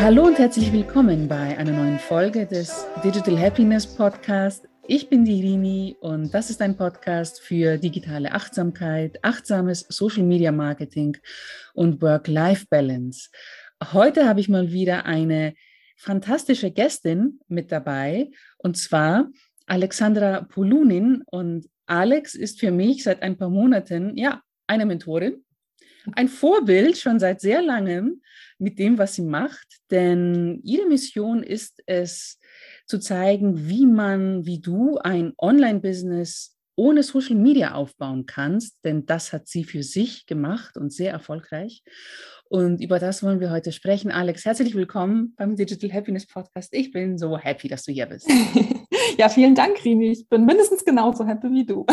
Hallo und herzlich willkommen bei einer neuen Folge des Digital Happiness Podcast. Ich bin die Rini und das ist ein Podcast für digitale Achtsamkeit, achtsames Social Media Marketing und Work-Life-Balance. Heute habe ich mal wieder eine fantastische Gästin mit dabei, und zwar Alexandra Polunin. Und Alex ist für mich seit ein paar Monaten eine Mentorin, ein Vorbild schon seit sehr langem mit dem, was sie macht, denn ihre Mission ist es, zu zeigen, wie du ein Online-Business ohne Social Media aufbauen kannst, denn das hat sie für sich gemacht und sehr erfolgreich. Und über das wollen wir heute sprechen. Alex, herzlich willkommen beim Digital Happiness Podcast. Ich bin so happy, dass du hier bist. Ja, vielen Dank, Rini. Ich bin mindestens genauso happy wie du.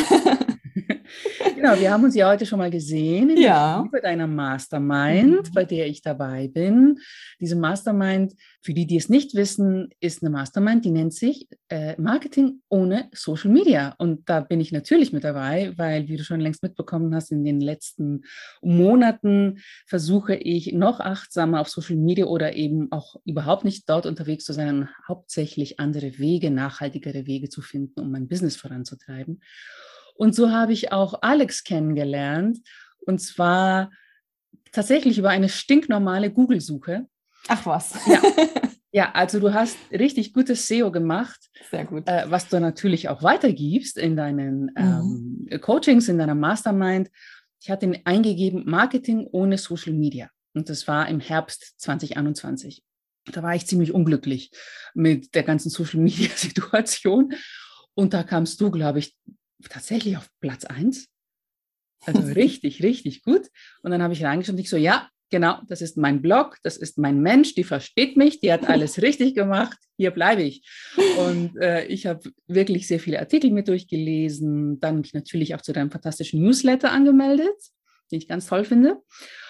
Genau, wir haben uns ja heute schon mal gesehen in der Ja. Tiefe deiner Mastermind, bei der ich dabei bin. Diese Mastermind, für die, die es nicht wissen, ist eine Mastermind, die nennt sich Marketing ohne Social Media. Und da bin ich natürlich mit dabei, weil, wie du schon längst mitbekommen hast, in den letzten Monaten versuche ich noch achtsamer auf Social Media oder eben auch überhaupt nicht dort unterwegs zu sein, sondern hauptsächlich andere Wege, nachhaltigere Wege zu finden, um mein Business voranzutreiben. Und so habe ich auch Alex kennengelernt, und zwar tatsächlich über eine stinknormale Google-Suche. Ach was. Ja, also du hast richtig gutes SEO gemacht, Sehr gut. was du natürlich auch weitergibst in deinen Coachings, in deiner Mastermind. Ich hatte eingegeben, Marketing ohne Social Media. Und das war im Herbst 2021. Da war ich ziemlich unglücklich mit der ganzen Social-Media-Situation. Und da kamst du, glaube ich, tatsächlich auf Platz 1. Also richtig, richtig gut. Und dann habe ich reingeschaut und ich so, ja, genau, das ist mein Blog, das ist mein Mensch, die versteht mich, die hat alles richtig gemacht, hier bleibe ich. Und ich habe wirklich sehr viele Artikel mit durchgelesen, dann mich natürlich auch zu deinem fantastischen Newsletter angemeldet, den ich ganz toll finde.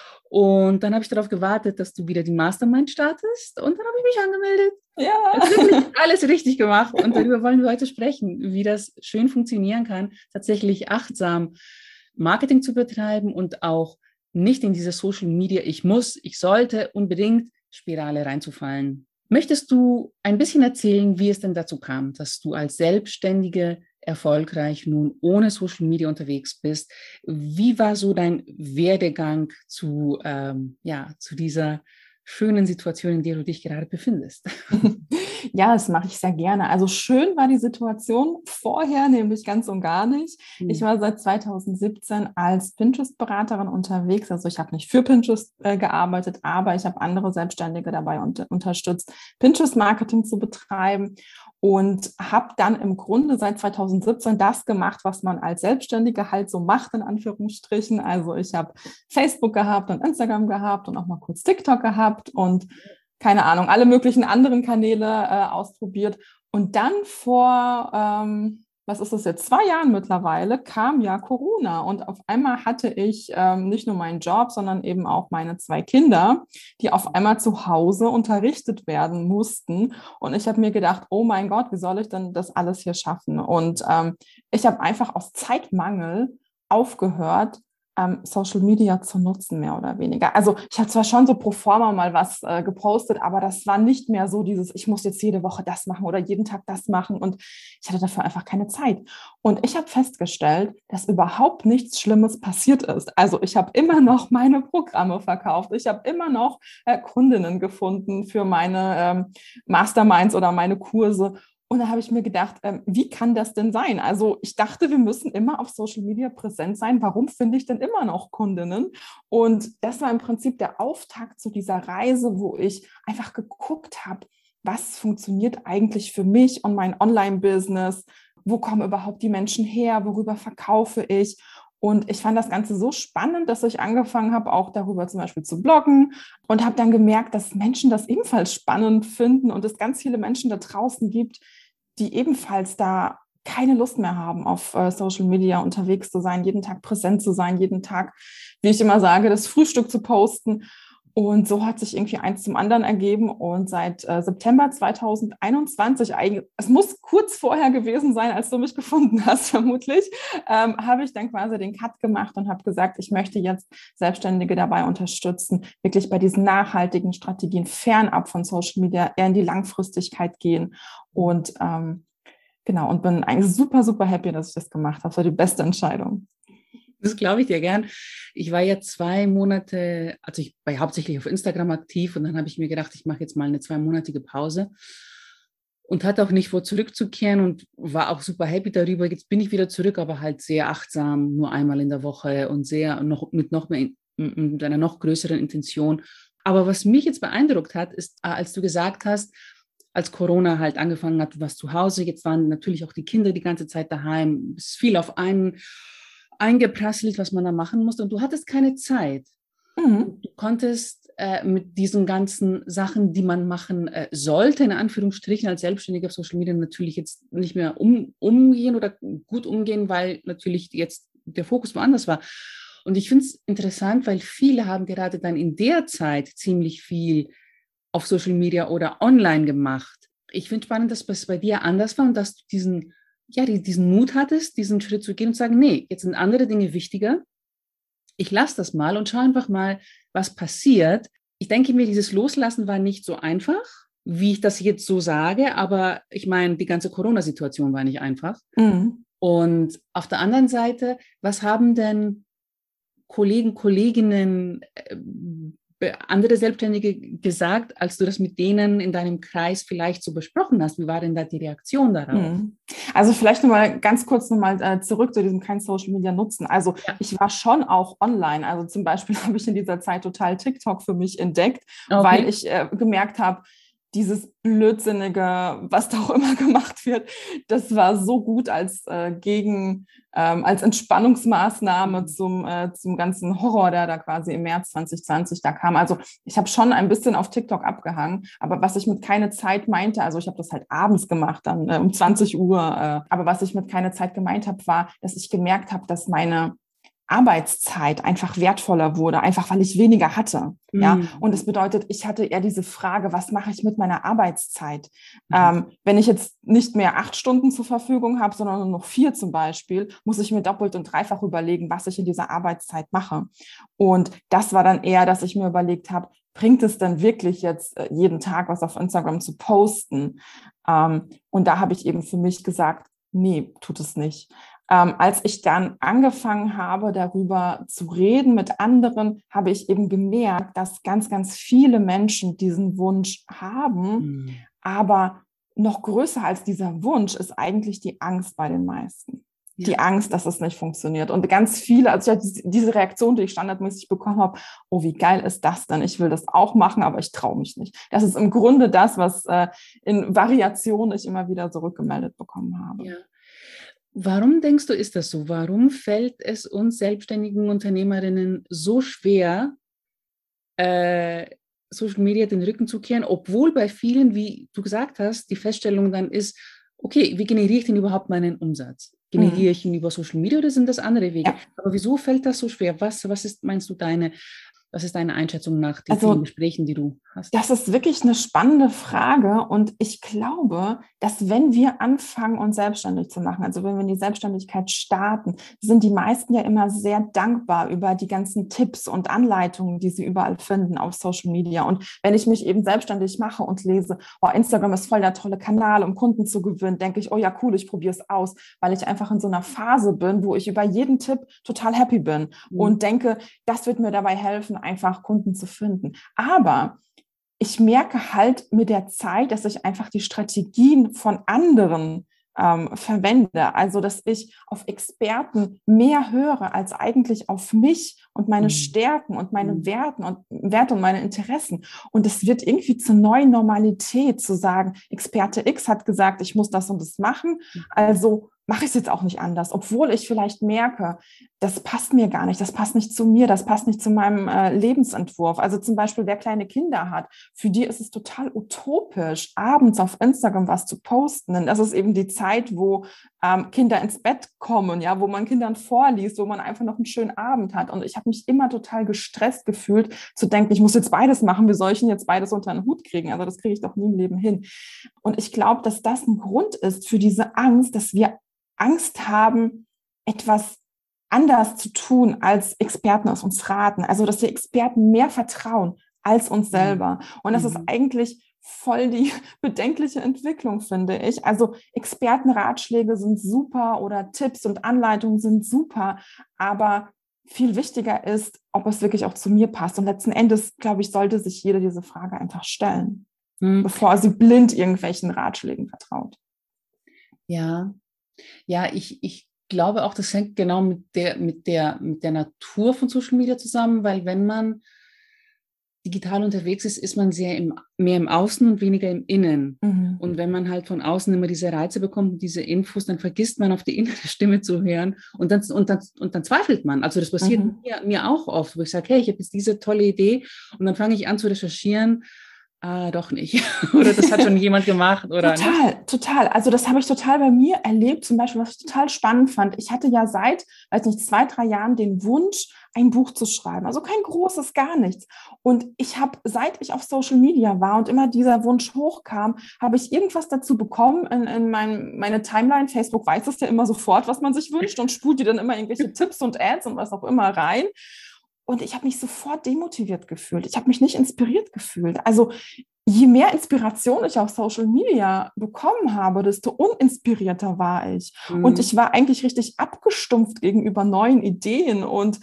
Und dann habe ich darauf gewartet, dass du wieder die Mastermind startest, und dann habe ich mich angemeldet. Ja. Wirklich alles richtig gemacht, und darüber wollen wir heute sprechen, wie das schön funktionieren kann, tatsächlich achtsam Marketing zu betreiben und auch nicht in diese Social Media, ich sollte unbedingt Spirale reinzufallen. Möchtest du ein bisschen erzählen, wie es denn dazu kam, dass du als Selbstständige erfolgreich nun ohne Social Media unterwegs bist? Wie war so dein Werdegang zu dieser schönen Situation, in der du dich gerade befindest? Ja, das mache ich sehr gerne. Also schön war die Situation vorher nämlich ganz und gar nicht. Ich war seit 2017 als Pinterest-Beraterin unterwegs. Also ich habe nicht für Pinterest gearbeitet, aber ich habe andere Selbstständige dabei unterstützt, Pinterest-Marketing zu betreiben, und habe dann im Grunde seit 2017 das gemacht, was man als Selbstständige halt so macht, in Anführungsstrichen. Also ich habe Facebook gehabt und Instagram gehabt und auch mal kurz TikTok gehabt und keine Ahnung, alle möglichen anderen Kanäle ausprobiert. Und dann vor, was ist das jetzt, 2 Jahren mittlerweile, kam ja Corona. Und auf einmal hatte ich nicht nur meinen Job, sondern eben auch meine 2 Kinder, die auf einmal zu Hause unterrichtet werden mussten. Und ich habe mir gedacht, oh mein Gott, wie soll ich denn das alles hier schaffen? Und ich habe einfach aus Zeitmangel aufgehört, Social Media zu nutzen, mehr oder weniger. Also ich habe zwar schon so pro forma mal was gepostet, aber das war nicht mehr so dieses, ich muss jetzt jede Woche das machen oder jeden Tag das machen, und ich hatte dafür einfach keine Zeit. Und ich habe festgestellt, dass überhaupt nichts Schlimmes passiert ist. Also ich habe immer noch meine Programme verkauft, ich habe immer noch Kundinnen gefunden für meine Masterminds oder meine Kurse. Und da habe ich mir gedacht, wie kann das denn sein? Also ich dachte, wir müssen immer auf Social Media präsent sein. Warum finde ich denn immer noch Kundinnen? Und das war im Prinzip der Auftakt zu dieser Reise, wo ich einfach geguckt habe, was funktioniert eigentlich für mich und mein Online-Business? Wo kommen überhaupt die Menschen her? Worüber verkaufe ich? Und ich fand das Ganze so spannend, dass ich angefangen habe, auch darüber zum Beispiel zu bloggen, und habe dann gemerkt, dass Menschen das ebenfalls spannend finden und es ganz viele Menschen da draußen gibt, die ebenfalls da keine Lust mehr haben, auf Social Media unterwegs zu sein, jeden Tag präsent zu sein, jeden Tag, wie ich immer sage, das Frühstück zu posten. Und so hat sich irgendwie eins zum anderen ergeben. Und seit September 2021, es muss kurz vorher gewesen sein, als du mich gefunden hast, vermutlich, habe ich dann quasi den Cut gemacht und habe gesagt, ich möchte jetzt Selbstständige dabei unterstützen, wirklich bei diesen nachhaltigen Strategien fernab von Social Media eher in die Langfristigkeit gehen. Und genau, und bin eigentlich super, super happy, dass ich das gemacht habe. Das war die beste Entscheidung. Das glaube ich dir gern. Ich war ja 2 Monate, also ich war ja hauptsächlich auf Instagram aktiv und dann habe ich mir gedacht, ich mache jetzt mal eine 2-monatige Pause und hatte auch nicht vor, zurückzukehren und war auch super happy darüber. Jetzt bin ich wieder zurück, aber halt sehr achtsam, nur einmal in der Woche und mit einer noch größeren Intention. Aber was mich jetzt beeindruckt hat, ist, als du gesagt hast, als Corona halt angefangen hat, du warst zu Hause, jetzt waren natürlich auch die Kinder die ganze Zeit daheim, es ist viel auf einen eingeprasselt, was man da machen musste und du hattest keine Zeit. Du konntest mit diesen ganzen Sachen, die man machen sollte, in Anführungsstrichen als Selbstständiger auf Social Media natürlich jetzt nicht mehr umgehen oder gut umgehen, weil natürlich jetzt der Fokus woanders war. Und ich finde es interessant, weil viele haben gerade dann in der Zeit ziemlich viel auf Social Media oder online gemacht. Ich finde spannend, dass es bei dir anders war und dass du diesen Mut hattest, diesen Schritt zu gehen und zu sagen, nee, jetzt sind andere Dinge wichtiger. Ich lasse das mal und schaue einfach mal, was passiert. Ich denke mir, dieses Loslassen war nicht so einfach, wie ich das jetzt so sage, aber ich meine, die ganze Corona-Situation war nicht einfach. Und auf der anderen Seite, was haben denn Kollegen, Kolleginnen, andere Selbstständige gesagt, als du das mit denen in deinem Kreis vielleicht so besprochen hast? Wie war denn da die Reaktion darauf? Also vielleicht nochmal ganz kurz zurück zu diesem kein Social Media nutzen. Also ich war schon auch online. Also zum Beispiel habe ich in dieser Zeit total TikTok für mich entdeckt, weil ich gemerkt habe, dieses Blödsinnige, was da auch immer gemacht wird, das war so gut als Entspannungsmaßnahme zum ganzen Horror, der da quasi im März 2020 da kam. Also ich habe schon ein bisschen auf TikTok abgehangen, aber was ich mit keine Zeit meinte, also ich habe das halt abends gemacht, dann um 20 Uhr, aber was ich mit keine Zeit gemeint habe, war, dass ich gemerkt habe, dass meine Arbeitszeit einfach wertvoller wurde, einfach weil ich weniger hatte. Ja, und das bedeutet, ich hatte eher diese Frage, was mache ich mit meiner Arbeitszeit? Wenn ich jetzt nicht mehr 8 Stunden zur Verfügung habe, sondern nur noch 4 zum Beispiel, muss ich mir doppelt und dreifach überlegen, was ich in dieser Arbeitszeit mache. Und das war dann eher, dass ich mir überlegt habe, bringt es denn wirklich jetzt jeden Tag was auf Instagram zu posten? Und da habe ich eben für mich gesagt, nee, tut es nicht. Als ich dann angefangen habe, darüber zu reden mit anderen, habe ich eben gemerkt, dass ganz, ganz viele Menschen diesen Wunsch haben. Aber noch größer als dieser Wunsch ist eigentlich die Angst bei den meisten. Ja. Die Angst, dass es nicht funktioniert. Und ganz viele, also ich hatte diese Reaktion, die ich standardmäßig bekommen habe, oh, wie geil ist das denn? Ich will das auch machen, aber ich traue mich nicht. Das ist im Grunde das, was in Variation ich immer wieder zurückgemeldet bekommen habe. Ja. Warum denkst du, ist das so? Warum fällt es uns selbstständigen Unternehmerinnen so schwer, Social Media den Rücken zu kehren, obwohl bei vielen, wie du gesagt hast, die Feststellung dann ist, okay, wie generiere ich denn überhaupt meinen Umsatz? Generiere ich ihn über Social Media oder sind das andere Wege? Ja. Aber wieso fällt das so schwer? Was ist, meinst du, was ist deine Einschätzung nach den vielen Gesprächen, die du hast? Das ist wirklich eine spannende Frage und ich glaube, dass wenn wir anfangen, uns selbstständig zu machen, also wenn wir in die Selbstständigkeit starten, sind die meisten ja immer sehr dankbar über die ganzen Tipps und Anleitungen, die sie überall finden auf Social Media. Und wenn ich mich eben selbstständig mache und lese, oh, Instagram ist voll der tolle Kanal, um Kunden zu gewinnen, denke ich, oh ja, cool, ich probiere es aus, weil ich einfach in so einer Phase bin, wo ich über jeden Tipp total happy bin und denke, das wird mir dabei helfen, einfach Kunden zu finden. Aber ich merke halt mit der Zeit, dass ich einfach die Strategien von anderen verwende. Also, dass ich auf Experten mehr höre als eigentlich auf mich und meine Stärken und meine Werte und meine Interessen. Und es wird irgendwie zur neuen Normalität zu sagen, Experte X hat gesagt, ich muss das und das machen. Also mache ich es jetzt auch nicht anders, obwohl ich vielleicht merke, das passt mir gar nicht, das passt nicht zu mir, das passt nicht zu meinem Lebensentwurf. Also zum Beispiel, wer kleine Kinder hat, für die ist es total utopisch, abends auf Instagram was zu posten. Denn das ist eben die Zeit, wo Kinder ins Bett kommen, ja, wo man Kindern vorliest, wo man einfach noch einen schönen Abend hat. Und ich habe mich immer total gestresst gefühlt, zu denken, ich muss jetzt beides machen, wie soll ich denn jetzt beides unter den Hut kriegen? Also das kriege ich doch nie im Leben hin. Und ich glaube, dass das ein Grund ist für diese Angst, dass wir Angst haben, etwas anders zu tun, als Experten es uns raten. Also, dass wir Experten mehr vertrauen als uns selber. Und das ist eigentlich voll die bedenkliche Entwicklung, finde ich. Also Expertenratschläge sind super oder Tipps und Anleitungen sind super, aber viel wichtiger ist, ob es wirklich auch zu mir passt. Und letzten Endes, glaube ich, sollte sich jeder diese Frage einfach stellen, bevor sie blind irgendwelchen Ratschlägen vertraut. Ja, ich glaube auch, das hängt genau mit der Natur von Social Media zusammen, weil wenn man digital unterwegs ist, ist man mehr im Außen und weniger im Innen. Und wenn man halt von außen immer diese Reize bekommt und diese Infos, dann vergisst man auf die innere Stimme zu hören und dann zweifelt man. Also das passiert mir auch oft, wo ich sage, hey, ich habe jetzt diese tolle Idee und dann fange ich an zu recherchieren. Doch nicht. Oder das hat schon jemand gemacht. Oder Total. Also das habe ich total bei mir erlebt. Zum Beispiel, was ich total spannend fand. Ich hatte ja seit, 2-3 Jahren den Wunsch, ein Buch zu schreiben. Also kein großes, gar nichts. Und ich habe, seit ich auf Social Media war und immer dieser Wunsch hochkam, habe ich irgendwas dazu bekommen in meine Timeline. Facebook weiß es ja immer sofort, was man sich wünscht und spult dir dann immer irgendwelche Tipps und Ads und was auch immer rein. Und ich habe mich sofort demotiviert gefühlt. Ich habe mich nicht inspiriert gefühlt. Also je mehr Inspiration ich auf Social Media bekommen habe, desto uninspirierter war ich. Und ich war eigentlich richtig abgestumpft gegenüber neuen Ideen und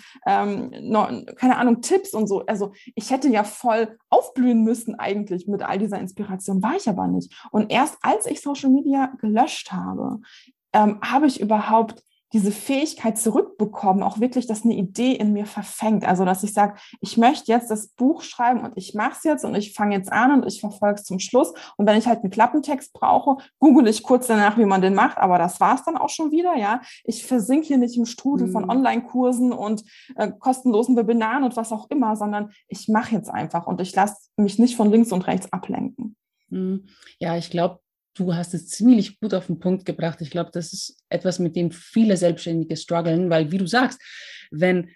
keine Ahnung, Tipps und so. Also ich hätte ja voll aufblühen müssen eigentlich mit all dieser Inspiration, war ich aber nicht. Und erst als ich Social Media gelöscht habe, habe ich überhaupt diese Fähigkeit zurückbekommen, auch wirklich, dass eine Idee in mir verfängt. Also, dass ich sage, ich möchte jetzt das Buch schreiben und ich mache es jetzt und ich fange jetzt an und ich verfolge es zum Schluss. Und wenn ich halt einen Klappentext brauche, google ich kurz danach, wie man den macht, aber das war es dann auch schon wieder, ja. Ich versinke hier nicht im Strudel von Online-Kursen und kostenlosen Webinaren und was auch immer, sondern ich mache jetzt einfach und ich lasse mich nicht von links und rechts ablenken. Ja, ich glaube, du hast es ziemlich gut auf den Punkt gebracht. Ich glaube, das ist etwas, mit dem viele Selbstständige strugglen, weil, wie du sagst, wenn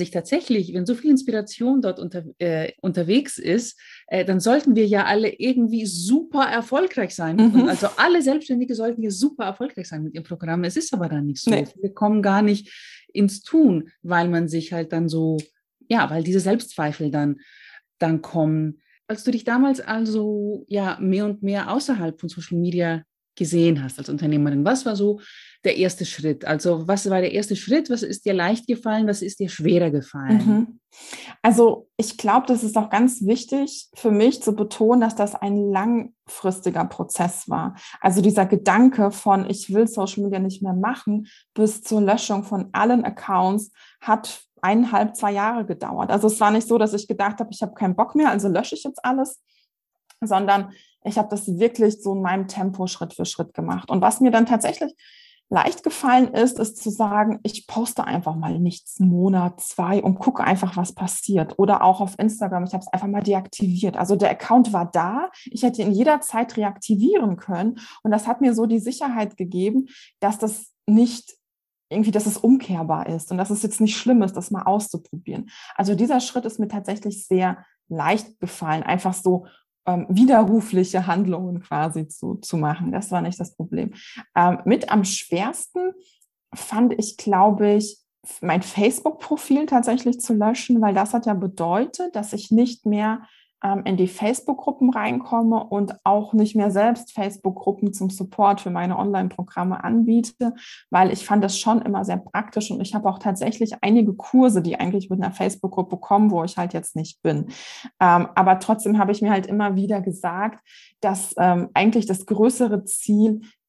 so viel Inspiration dort unterwegs ist, dann sollten wir ja alle irgendwie super erfolgreich sein. Und also alle Selbstständige sollten ja super erfolgreich sein mit ihrem Programm. Es ist aber dann nicht so. Nee. Wir kommen gar nicht ins Tun, weil man sich halt dann so, ja, weil diese Selbstzweifel dann kommen. Als du dich damals also mehr und mehr außerhalb von Social Media gesehen hast als Unternehmerin, was war so der erste Schritt? Also was war der erste Schritt? Was ist dir leicht gefallen? Was ist dir schwerer gefallen? Also ich glaube, das ist auch ganz wichtig für mich zu betonen, dass das ein langfristiger Prozess war. Also dieser Gedanke von, ich will Social Media nicht mehr machen, bis zur Löschung von allen Accounts hat 1,5, 2 Jahre gedauert. Also es war nicht so, dass ich gedacht habe, ich habe keinen Bock mehr, also lösche ich jetzt alles, sondern ich habe das wirklich so in meinem Tempo Schritt für Schritt gemacht. Und was mir dann tatsächlich leicht gefallen ist zu sagen, ich poste einfach mal nichts, einen Monat, 2 und gucke einfach, was passiert. Oder auch auf Instagram, ich habe es einfach mal deaktiviert. Also der Account war da, ich hätte ihn jederzeit reaktivieren können. Und das hat mir so die Sicherheit gegeben, dass das nicht irgendwie, dass es umkehrbar ist und dass es jetzt nicht schlimm ist, das mal auszuprobieren. Also dieser Schritt ist mir tatsächlich sehr leicht gefallen, einfach so widerrufliche Handlungen quasi zu machen. Das war nicht das Problem. Mit am schwersten fand ich, glaube ich, mein Facebook-Profil tatsächlich zu löschen, weil das hat ja bedeutet, dass ich nicht mehr in die Facebook-Gruppen reinkomme und auch nicht mehr selbst Facebook-Gruppen zum Support für meine Online-Programme anbiete, weil ich fand das schon immer sehr praktisch und ich habe auch tatsächlich einige Kurse, die eigentlich mit einer Facebook-Gruppe kommen, wo ich halt jetzt nicht bin. Aber trotzdem habe ich mir halt immer wieder gesagt, dass eigentlich das größere Ziel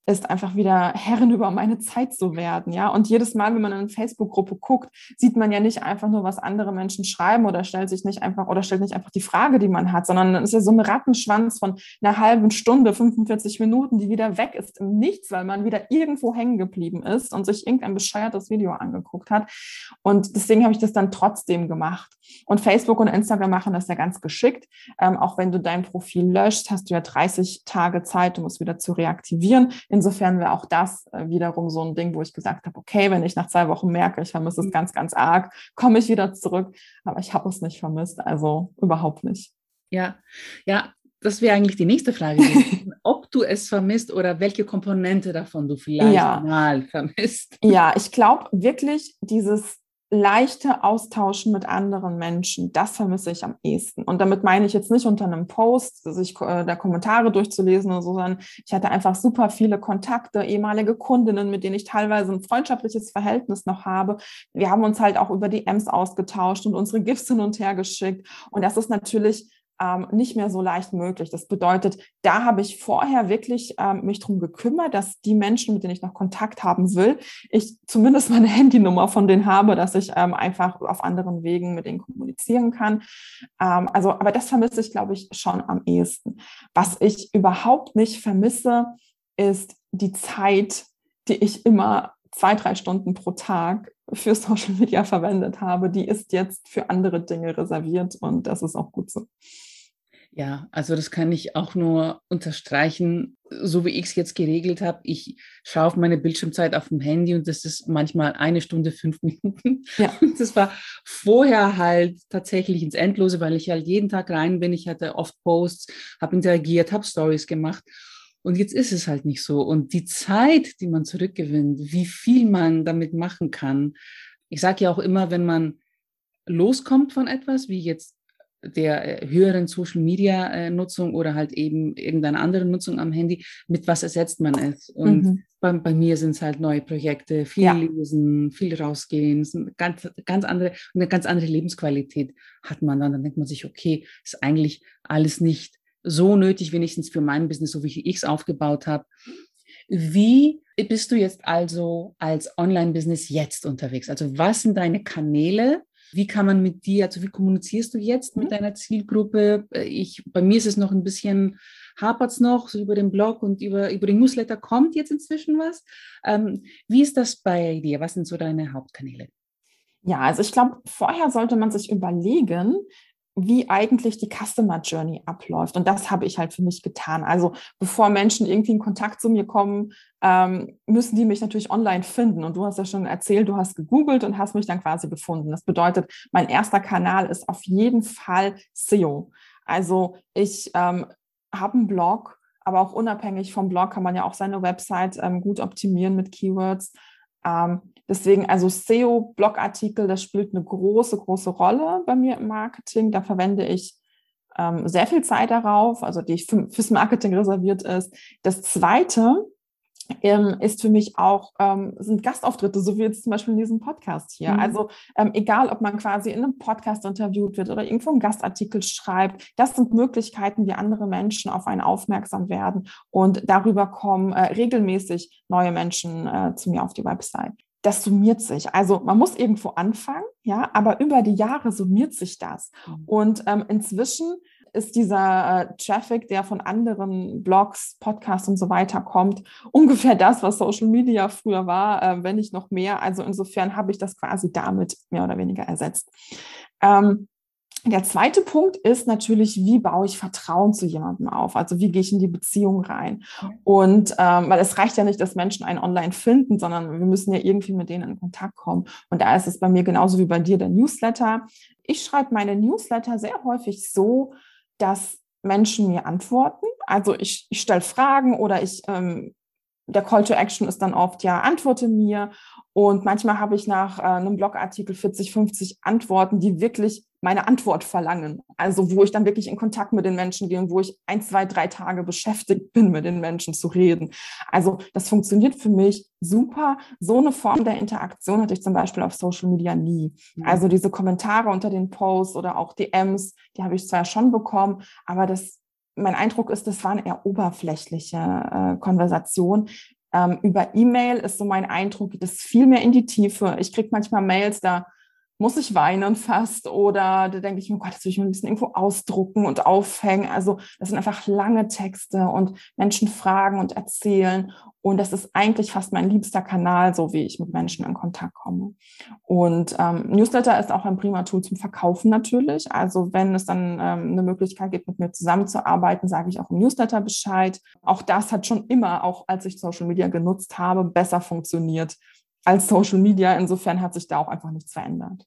ist einfach wieder Herrin über meine Zeit zu werden, ja. Und jedes Mal, wenn man in eine Facebook-Gruppe guckt, sieht man ja nicht einfach nur, was andere Menschen schreiben oder stellt nicht einfach die Frage, die man hat, sondern es ist ja so ein Rattenschwanz von einer halben Stunde, 45 Minuten, die wieder weg ist im Nichts, weil man wieder irgendwo hängen geblieben ist und sich irgendein bescheuertes Video angeguckt hat. Und deswegen habe ich das dann trotzdem gemacht. Und Facebook und Instagram machen das ja ganz geschickt. Auch wenn du dein Profil löscht, hast du ja 30 Tage Zeit, um es wieder zu reaktivieren. Insofern wäre auch das wiederum so ein Ding, wo ich gesagt habe, okay, wenn ich nach 2 Wochen merke, ich vermisse es ganz, ganz arg, komme ich wieder zurück. Aber ich habe es nicht vermisst, also überhaupt nicht. Ja, ja, das wäre eigentlich die nächste Frage gewesen, ob du es vermisst oder welche Komponente davon du vielleicht Ja, mal vermisst. ja, ich glaube wirklich dieses leichte Austauschen mit anderen Menschen, das vermisse ich am ehesten. Und damit meine ich jetzt nicht unter einem Post, sich da Kommentare durchzulesen oder so, sondern ich hatte einfach super viele Kontakte, ehemalige Kundinnen, mit denen ich teilweise ein freundschaftliches Verhältnis noch habe. Wir haben uns halt auch über DMs ausgetauscht und unsere GIFs hin und her geschickt. Und das ist natürlich nicht mehr so leicht möglich. Das bedeutet, da habe ich vorher wirklich mich drum gekümmert, dass die Menschen, mit denen ich noch Kontakt haben will, ich zumindest meine Handynummer von denen habe, dass ich einfach auf anderen Wegen mit denen kommunizieren kann. Aber das vermisse ich, glaube ich, schon am ehesten. Was ich überhaupt nicht vermisse, ist die Zeit, die ich immer 2-3 Stunden pro Tag für Social Media verwendet habe, die ist jetzt für andere Dinge reserviert und das ist auch gut so. Ja, also das kann ich auch nur unterstreichen, so wie ich es jetzt geregelt habe. Ich schaue auf meine Bildschirmzeit auf dem Handy und das ist manchmal 1 Stunde, 5 Minuten. Ja. Und das war vorher halt tatsächlich ins Endlose, weil ich halt jeden Tag rein bin. Ich hatte oft Posts, habe interagiert, habe Stories gemacht. Und jetzt ist es halt nicht so. Und die Zeit, die man zurückgewinnt, wie viel man damit machen kann. Ich sage ja auch immer, wenn man loskommt von etwas, wie jetzt der höheren Social-Media-Nutzung oder halt eben irgendeine andere Nutzung am Handy, mit was ersetzt man es? Und bei mir sind es halt neue Projekte, viel Ja. lesen, viel rausgehen, es ist eine ganz andere Lebensqualität hat man dann. Dann denkt man sich, okay, ist eigentlich alles nicht so nötig, wenigstens für mein Business, so wie ich es aufgebaut habe. Wie bist du jetzt also als Online-Business jetzt unterwegs? Also was sind deine Kanäle? Wie kann man mit dir, also wie kommunizierst du jetzt mit deiner Zielgruppe? Bei mir ist es noch ein bisschen, hapert es noch, so über den Blog und über den Newsletter kommt jetzt inzwischen was. Wie ist das bei dir? Was sind so deine Hauptkanäle? Ja, also ich glaube, vorher sollte man sich überlegen, wie eigentlich die Customer Journey abläuft. Und das habe ich halt für mich getan. Also bevor Menschen irgendwie in Kontakt zu mir kommen, müssen die mich natürlich online finden. Und du hast ja schon erzählt, du hast gegoogelt und hast mich dann quasi gefunden. Das bedeutet, mein erster Kanal ist auf jeden Fall SEO. Also ich habe einen Blog, aber auch unabhängig vom Blog kann man ja auch seine Website gut optimieren mit Keywords. Deswegen, also SEO-Blogartikel, das spielt eine große, große Rolle bei mir im Marketing. Da verwende ich sehr viel Zeit darauf, also die fürs Marketing reserviert ist. Das Zweite ist für mich auch, sind Gastauftritte, so wie jetzt zum Beispiel in diesem Podcast hier. Mhm. Also egal, ob man quasi in einem Podcast interviewt wird oder irgendwo einen Gastartikel schreibt, das sind Möglichkeiten, wie andere Menschen auf einen aufmerksam werden und darüber kommen regelmäßig neue Menschen zu mir auf die Website. Das summiert sich. Also man muss irgendwo anfangen, ja, aber über die Jahre summiert sich das. Und inzwischen ist dieser Traffic, der von anderen Blogs, Podcasts und so weiter kommt, ungefähr das, was Social Media früher war, wenn nicht noch mehr. Also insofern habe ich das quasi damit mehr oder weniger ersetzt. Der zweite Punkt ist natürlich, wie baue ich Vertrauen zu jemandem auf? Also wie gehe ich in die Beziehung rein? Und weil es reicht ja nicht, dass Menschen einen online finden, sondern wir müssen ja irgendwie mit denen in Kontakt kommen. Und da ist es bei mir genauso wie bei dir der Newsletter. Ich schreibe meine Newsletter sehr häufig so, dass Menschen mir antworten. Also ich stelle Fragen oder der Call to Action ist dann oft, ja, antworte mir. Und manchmal habe ich nach einem Blogartikel 40, 50 Antworten, die wirklich meine Antwort verlangen. Also wo ich dann wirklich in Kontakt mit den Menschen gehe und wo ich 1, 2, 3 Tage beschäftigt bin, mit den Menschen zu reden. Also das funktioniert für mich super. So eine Form der Interaktion hatte ich zum Beispiel auf Social Media nie. Also diese Kommentare unter den Posts oder auch DMs, die habe ich zwar schon bekommen, aber mein Eindruck ist, das waren eher oberflächliche Konversationen. Über E-Mail ist so mein Eindruck, geht es viel mehr in die Tiefe. Ich kriege manchmal Mails, da muss ich weinen fast oder da denke ich mir, oh Gott, das will ich mir ein bisschen irgendwo ausdrucken und aufhängen. Also das sind einfach lange Texte und Menschen fragen und erzählen und das ist eigentlich fast mein liebster Kanal, so wie ich mit Menschen in Kontakt komme. Und Newsletter ist auch ein prima Tool zum Verkaufen natürlich. Also wenn es dann eine Möglichkeit gibt, mit mir zusammenzuarbeiten, sage ich auch im Newsletter Bescheid. Auch das hat schon immer, auch als ich Social Media genutzt habe, besser funktioniert als Social Media. Insofern hat sich da auch einfach nichts verändert.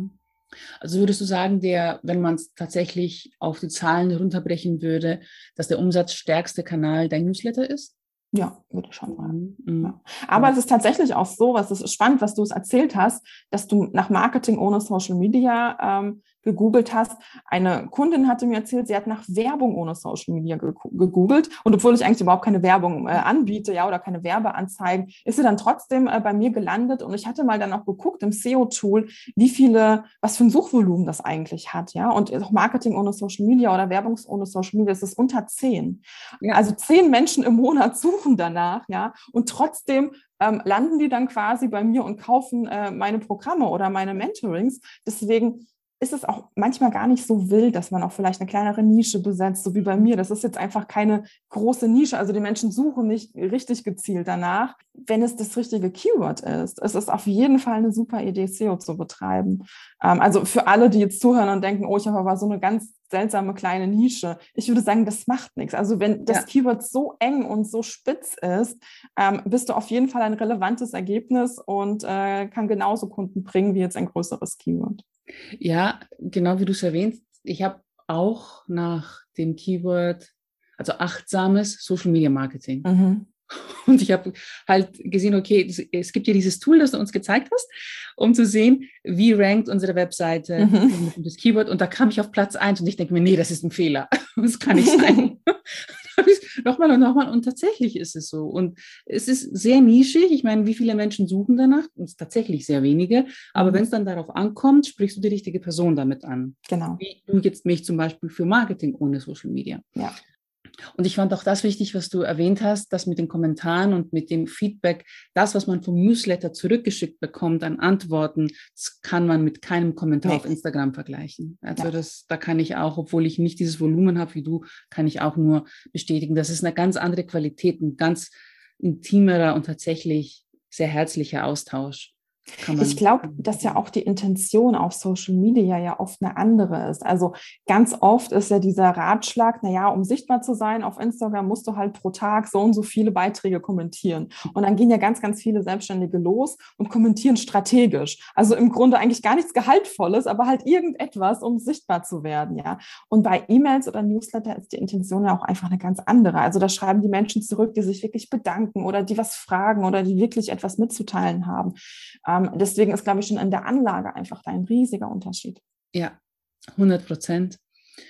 Also würdest du sagen, wenn man es tatsächlich auf die Zahlen runterbrechen würde, dass der umsatzstärkste Kanal dein Newsletter ist? Ja, würde ich schon sagen. Ja. Aber es ist tatsächlich auch so, es ist spannend, was du es erzählt hast, dass du nach Marketing ohne Social Media gegoogelt hast. Eine Kundin hatte mir erzählt, sie hat nach Werbung ohne Social Media gegoogelt und obwohl ich eigentlich überhaupt keine Werbung anbiete, ja, oder keine Werbeanzeigen, ist sie dann trotzdem bei mir gelandet und ich hatte mal dann auch geguckt im SEO-Tool, was für ein Suchvolumen das eigentlich hat, ja, und auch Marketing ohne Social Media oder Werbung ohne Social Media, das ist unter 10. Ja. Also 10 Menschen im Monat suchen danach, ja, und trotzdem landen die dann quasi bei mir und kaufen meine Programme oder meine Mentorings. Deswegen ist es auch manchmal gar nicht so wild, dass man auch vielleicht eine kleinere Nische besetzt, so wie bei mir. Das ist jetzt einfach keine große Nische. Also die Menschen suchen nicht richtig gezielt danach, wenn es das richtige Keyword ist. Es ist auf jeden Fall eine super Idee, SEO zu betreiben. Also für alle, die jetzt zuhören und denken, oh, ich habe aber so eine ganz seltsame kleine Nische. Ich würde sagen, das macht nichts. Also wenn das Keyword so eng und so spitz ist, bist du auf jeden Fall ein relevantes Ergebnis und kann genauso Kunden bringen wie jetzt ein größeres Keyword. Ja, genau wie du es erwähnst. Ich habe auch nach dem Keyword, also achtsames Social Media Marketing. Und ich habe halt gesehen, okay, es gibt ja dieses Tool, das du uns gezeigt hast, um zu sehen, wie rankt unsere Webseite mit das Keyword. Und da kam ich auf Platz 1 und ich denke mir, nee, das ist ein Fehler. Das kann nicht sein. Nochmal und nochmal. Und tatsächlich ist es so. Und es ist sehr nischig. Ich meine, wie viele Menschen suchen danach? Es ist tatsächlich sehr wenige. Aber wenn es dann darauf ankommt, sprichst du die richtige Person damit an. Genau. Wie du jetzt mich zum Beispiel für Marketing ohne Social Media. Ja. Und ich fand auch das wichtig, was du erwähnt hast, dass mit den Kommentaren und mit dem Feedback, das, was man vom Newsletter zurückgeschickt bekommt an Antworten, das kann man mit keinem Kommentar auf Instagram vergleichen. Also da kann ich auch, obwohl ich nicht dieses Volumen habe wie du, kann ich auch nur bestätigen, das ist eine ganz andere Qualität, ein ganz intimerer und tatsächlich sehr herzlicher Austausch. Ich glaube, dass ja auch die Intention auf Social Media ja oft eine andere ist. Also ganz oft ist ja dieser Ratschlag, naja, um sichtbar zu sein auf Instagram, musst du halt pro Tag so und so viele Beiträge kommentieren. Und dann gehen ja ganz, ganz viele Selbstständige los und kommentieren strategisch. Also im Grunde eigentlich gar nichts Gehaltvolles, aber halt irgendetwas, um sichtbar zu werden, ja. Und bei E-Mails oder Newsletter ist die Intention ja auch einfach eine ganz andere. Also da schreiben die Menschen zurück, die sich wirklich bedanken oder die was fragen oder die wirklich etwas mitzuteilen haben. Deswegen ist, glaube ich, schon in der Anlage einfach ein riesiger Unterschied. Ja, 100%.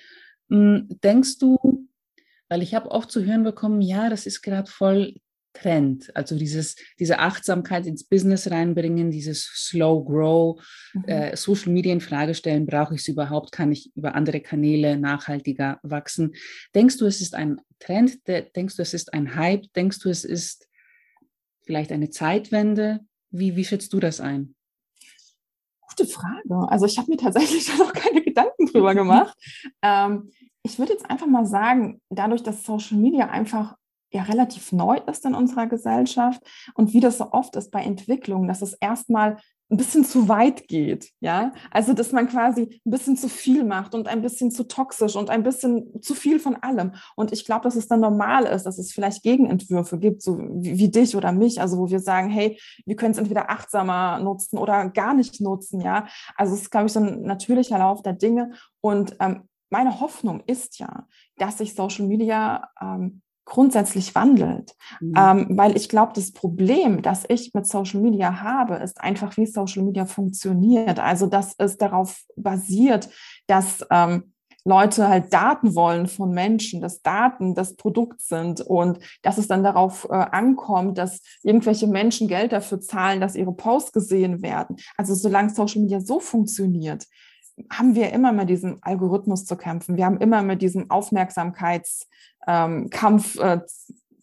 Denkst du, weil ich habe oft zu hören bekommen, ja, das ist gerade voll Trend, also diese Achtsamkeit ins Business reinbringen, dieses Slow Grow, Social Media in Frage stellen, brauche ich es überhaupt, kann ich über andere Kanäle nachhaltiger wachsen? Denkst du, es ist ein Trend? Denkst du, es ist ein Hype? Denkst du, es ist vielleicht eine Zeitwende? Wie schätzt du das ein? Gute Frage. Also ich habe mir tatsächlich da noch keine Gedanken drüber gemacht. Ich würde jetzt einfach mal sagen, dadurch, dass Social Media einfach ja relativ neu ist in unserer Gesellschaft und wie das so oft ist bei Entwicklungen, dass es erstmal ein bisschen zu weit geht, ja, also dass man quasi ein bisschen zu viel macht und ein bisschen zu toxisch und ein bisschen zu viel von allem. Und ich glaube, dass es dann normal ist, dass es vielleicht Gegenentwürfe gibt, so wie dich oder mich, also wo wir sagen, hey, wir können es entweder achtsamer nutzen oder gar nicht nutzen, ja. Also es ist, glaube ich, so ein natürlicher Lauf der Dinge. Und meine Hoffnung ist ja, dass sich Social Media grundsätzlich wandelt. Weil ich glaube, das Problem, das ich mit Social Media habe, ist einfach, wie Social Media funktioniert. Also, dass es darauf basiert, dass Leute halt Daten wollen von Menschen, dass Daten das Produkt sind und dass es dann darauf ankommt, dass irgendwelche Menschen Geld dafür zahlen, dass ihre Posts gesehen werden. Also solange Social Media so funktioniert, haben wir immer mit diesem Algorithmus zu kämpfen. Wir haben immer mit diesem Aufmerksamkeitskampf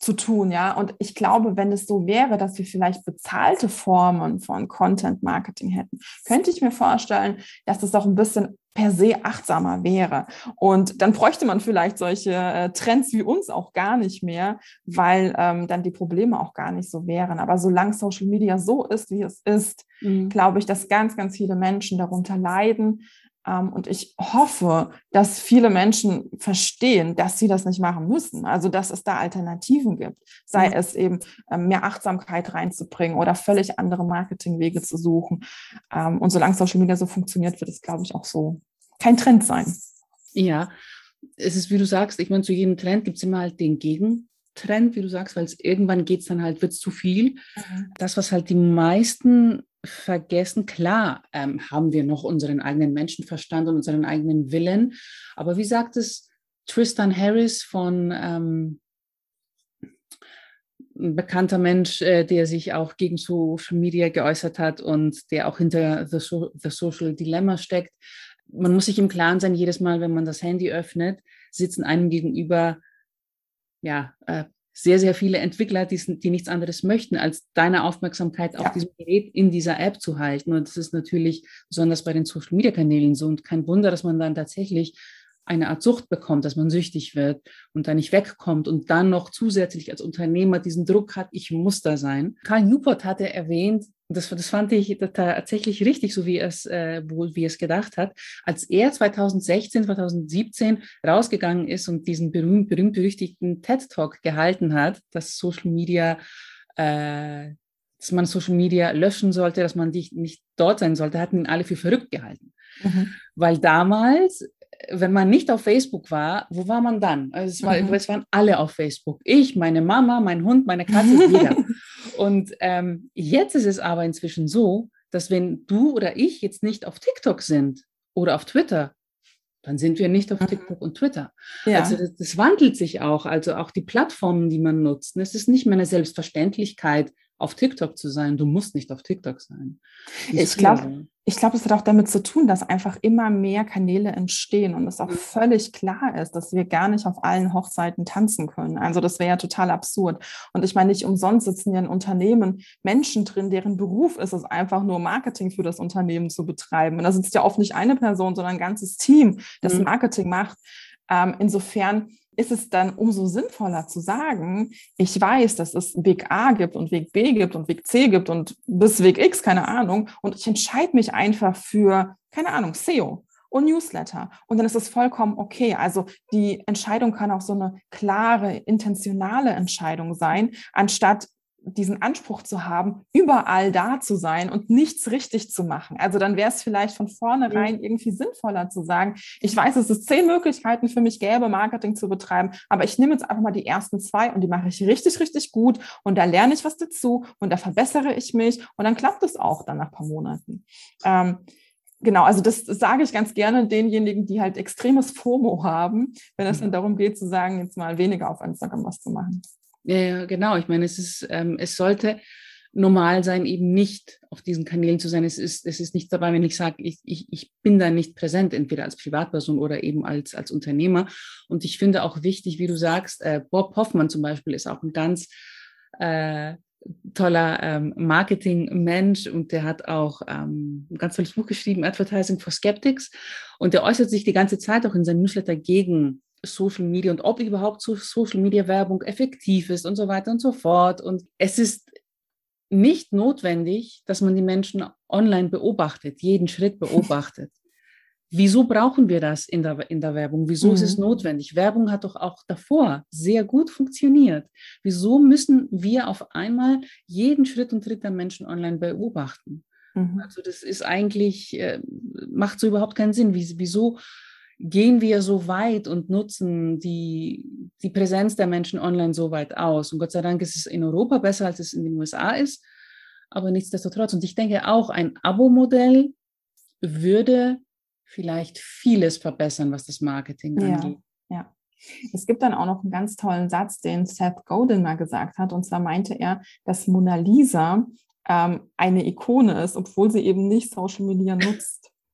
zu tun, ja. Und ich glaube, wenn es so wäre, dass wir vielleicht bezahlte Formen von Content Marketing hätten, könnte ich mir vorstellen, dass das auch ein bisschen per se achtsamer wäre. Und dann bräuchte man vielleicht solche Trends wie uns auch gar nicht mehr, weil dann die Probleme auch gar nicht so wären. Aber solange Social Media so ist, wie es ist, glaube ich, dass ganz, ganz viele Menschen darunter leiden. Und ich hoffe, dass viele Menschen verstehen, dass sie das nicht machen müssen. Also, dass es da Alternativen gibt. Sei es eben mehr Achtsamkeit reinzubringen oder völlig andere Marketingwege zu suchen. Und solange Social Media so funktioniert, wird es, glaube ich, auch so kein Trend sein. Ja, es ist, wie du sagst, ich meine, zu jedem Trend gibt es immer halt den Gegentrend, wie du sagst, weil es irgendwann geht es dann halt, wird es zu viel. Das, was halt die meisten vergessen, klar, haben wir noch unseren eigenen Menschenverstand und unseren eigenen Willen, aber wie sagt es Tristan Harris von ein bekannter Mensch, der sich auch gegen Social Media geäußert hat und der auch hinter The Social Dilemma steckt. Man muss sich im Klaren sein, jedes Mal, wenn man das Handy öffnet, sitzen einem gegenüber sehr, sehr viele Entwickler, die nichts anderes möchten, als deine Aufmerksamkeit auf diesem Gerät in dieser App zu halten. Und das ist natürlich besonders bei den Social-Media-Kanälen so. Und kein Wunder, dass man dann tatsächlich eine Art Sucht bekommt, dass man süchtig wird und da nicht wegkommt und dann noch zusätzlich als Unternehmer diesen Druck hat, ich muss da sein. Cal Newport hatte erwähnt, das fand ich tatsächlich richtig, so wie wie es gedacht hat, als er 2016, 2017 rausgegangen ist und diesen berühmt-berüchtigten TED-Talk gehalten hat, dass dass man Social Media löschen sollte, dass man nicht dort sein sollte, hatten ihn alle für verrückt gehalten. Weil damals, wenn man nicht auf Facebook war, wo war man dann? Also es waren alle auf Facebook. Ich, meine Mama, mein Hund, meine Katze, jeder. Und jetzt ist es aber inzwischen so, dass wenn du oder ich jetzt nicht auf TikTok sind oder auf Twitter, dann sind wir nicht auf TikTok und Twitter. Ja. Also das wandelt sich auch. Also auch die Plattformen, die man nutzt. Es ist nicht mehr eine Selbstverständlichkeit, auf TikTok zu sein. Du musst nicht auf TikTok sein. Ich glaube, das hat auch damit zu tun, dass einfach immer mehr Kanäle entstehen und es auch völlig klar ist, dass wir gar nicht auf allen Hochzeiten tanzen können. Also das wäre ja total absurd. Und ich meine, nicht umsonst sitzen ja in Unternehmen Menschen drin, deren Beruf ist es einfach nur Marketing für das Unternehmen zu betreiben. Und da sitzt ja oft nicht eine Person, sondern ein ganzes Team, das Marketing macht. Insofern ist es dann umso sinnvoller zu sagen, ich weiß, dass es Weg A gibt und Weg B gibt und Weg C gibt und bis Weg X, keine Ahnung, und ich entscheide mich einfach für, keine Ahnung, SEO und Newsletter und dann ist es vollkommen okay. Also die Entscheidung kann auch so eine klare, intentionale Entscheidung sein, anstatt diesen Anspruch zu haben, überall da zu sein und nichts richtig zu machen. Also dann wäre es vielleicht von vornherein irgendwie sinnvoller zu sagen, ich weiß, dass es 10 Möglichkeiten für mich gäbe, Marketing zu betreiben, aber ich nehme jetzt einfach mal die ersten 2 und die mache ich richtig, richtig gut und da lerne ich was dazu und da verbessere ich mich und dann klappt es auch dann nach ein paar Monaten. Genau, also das sage ich ganz gerne denjenigen, die halt extremes FOMO haben, wenn es dann darum geht zu sagen, jetzt mal weniger auf Instagram was zu machen. Ja, genau. Ich meine, es sollte normal sein, eben nicht auf diesen Kanälen zu sein. Es ist nicht dabei, wenn ich sage, ich bin da nicht präsent, entweder als Privatperson oder eben als Unternehmer. Und ich finde auch wichtig, wie du sagst, Bob Hoffmann zum Beispiel ist auch ein ganz toller Marketing-Mensch und der hat auch ein ganz tolles Buch geschrieben, Advertising for Skeptics. Und der äußert sich die ganze Zeit auch in seinem Newsletter gegen Social Media und ob überhaupt Social Media Werbung effektiv ist und so weiter und so fort. Und es ist nicht notwendig, dass man die Menschen online beobachtet, jeden Schritt beobachtet. Wieso brauchen wir das in der Werbung? Wieso ist es notwendig? Werbung hat doch auch davor sehr gut funktioniert. Wieso müssen wir auf einmal jeden Schritt und Tritt der Menschen online beobachten? Also das ist eigentlich, macht so überhaupt keinen Sinn. Wieso gehen wir so weit und nutzen die Präsenz der Menschen online so weit aus? Und Gott sei Dank ist es in Europa besser, als es in den USA ist, aber nichtsdestotrotz. Und ich denke auch, ein Abo-Modell würde vielleicht vieles verbessern, was das Marketing angeht. Ja. Es gibt dann auch noch einen ganz tollen Satz, den Seth Godin mal gesagt hat, und zwar meinte er, dass Mona Lisa eine Ikone ist, obwohl sie eben nicht Social Media nutzt.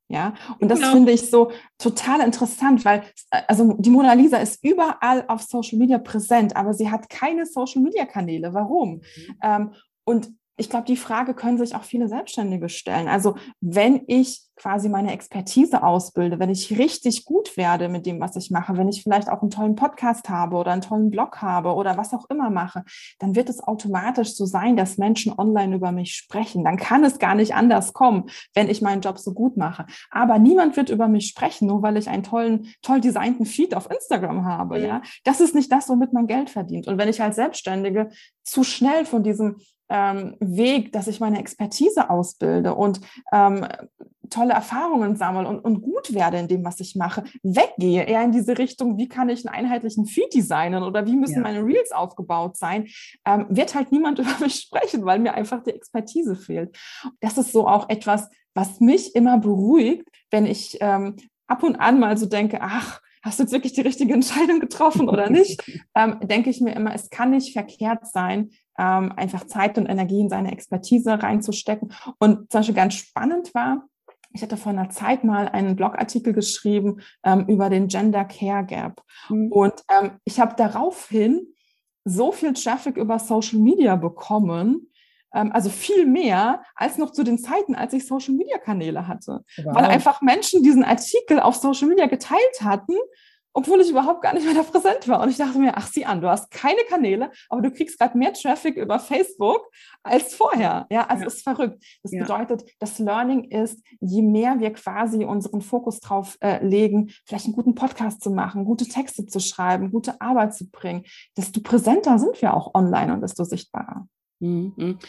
Ja, und das finde ich so total interessant, weil also die Mona Lisa ist überall auf Social Media präsent, aber sie hat keine Social Media Kanäle. Warum? Und ich glaube, die Frage können sich auch viele Selbstständige stellen. Also wenn ich quasi meine Expertise ausbilde, wenn ich richtig gut werde mit dem, was ich mache, wenn ich vielleicht auch einen tollen Podcast habe oder einen tollen Blog habe oder was auch immer mache, dann wird es automatisch so sein, dass Menschen online über mich sprechen. Dann kann es gar nicht anders kommen, wenn ich meinen Job so gut mache. Aber niemand wird über mich sprechen, nur weil ich einen toll designten Feed auf Instagram habe. Ja, das ist nicht das, womit man Geld verdient. Und wenn ich als Selbstständige zu schnell von diesem Weg, dass ich meine Expertise ausbilde und tolle Erfahrungen sammle und gut werde in dem, was ich mache, weggehe, eher in diese Richtung, wie kann ich einen einheitlichen Feed designen oder wie müssen meine Reels aufgebaut sein, wird halt niemand über mich sprechen, weil mir einfach die Expertise fehlt. Das ist so auch etwas, was mich immer beruhigt, wenn ich ab und an mal so denke, ach, hast du jetzt wirklich die richtige Entscheidung getroffen oder nicht? Denke ich mir immer, es kann nicht verkehrt sein, einfach Zeit und Energie in seine Expertise reinzustecken. Und zum Beispiel ganz spannend war, ich hatte vor einer Zeit mal einen Blogartikel geschrieben über den Gender Care Gap. Und ich habe daraufhin so viel Traffic über Social Media bekommen, also viel mehr als noch zu den Zeiten, als ich Social Media Kanäle hatte. Wow. Weil einfach Menschen diesen Artikel auf Social Media geteilt hatten, obwohl ich überhaupt gar nicht mehr da präsent war. Und ich dachte mir, ach, sieh an, du hast keine Kanäle, aber du kriegst gerade mehr Traffic über Facebook als vorher. Ja, also ist verrückt. Das bedeutet, das Learning ist, je mehr wir quasi unseren Fokus drauf legen, vielleicht einen guten Podcast zu machen, gute Texte zu schreiben, gute Arbeit zu bringen, desto präsenter sind wir auch online und desto sichtbarer. Mhm.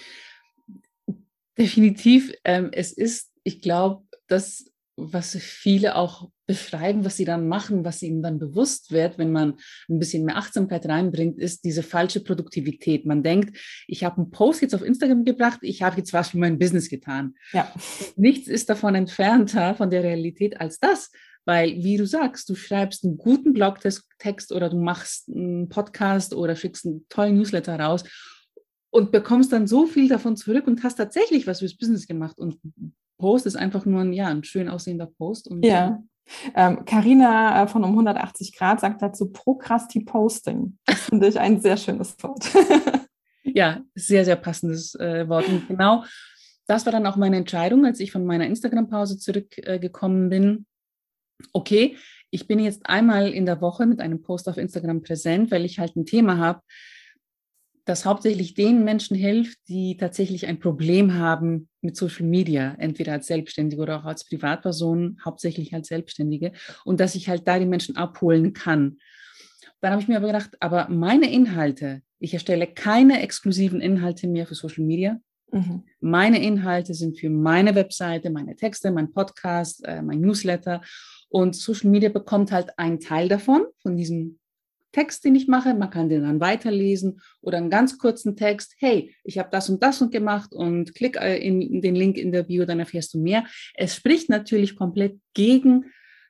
Definitiv. Es ist, ich glaube, das, was viele auch beschreiben, was sie dann machen, was ihnen dann bewusst wird, wenn man ein bisschen mehr Achtsamkeit reinbringt, ist diese falsche Produktivität. Man denkt, ich habe einen Post jetzt auf Instagram gebracht, ich habe jetzt was für mein Business getan. Ja. Nichts ist davon entfernter von der Realität als das, weil, wie du sagst, du schreibst einen guten Blogtext oder du machst einen Podcast oder schickst einen tollen Newsletter raus und bekommst dann so viel davon zurück und hast tatsächlich was fürs Business gemacht. Und Post ist einfach nur ein schön aussehender Post. Und ja. Carina von 180 Grad sagt dazu Prokrasti-Posting. Das finde ich ein sehr schönes Wort. Ja, sehr, sehr passendes Wort. Und genau das war dann auch meine Entscheidung, als ich von meiner Instagram-Pause zurückgekommen bin. Okay, ich bin jetzt einmal in der Woche mit einem Post auf Instagram präsent, weil ich halt ein Thema habe, das hauptsächlich den Menschen hilft, die tatsächlich ein Problem haben mit Social Media, entweder als Selbstständige oder auch als Privatperson, hauptsächlich als Selbstständige, und dass ich halt da die Menschen abholen kann. Dann habe ich mir aber gedacht, aber meine Inhalte, ich erstelle keine exklusiven Inhalte mehr für Social Media. Mhm. Meine Inhalte sind für meine Webseite, meine Texte, mein Podcast, mein Newsletter, und Social Media bekommt halt einen Teil davon, von diesem Text, den ich mache, man kann den dann weiterlesen oder einen ganz kurzen Text, hey, ich habe das und das und gemacht und klick in den Link in der Bio, dann erfährst du mehr. Es spricht natürlich komplett gegen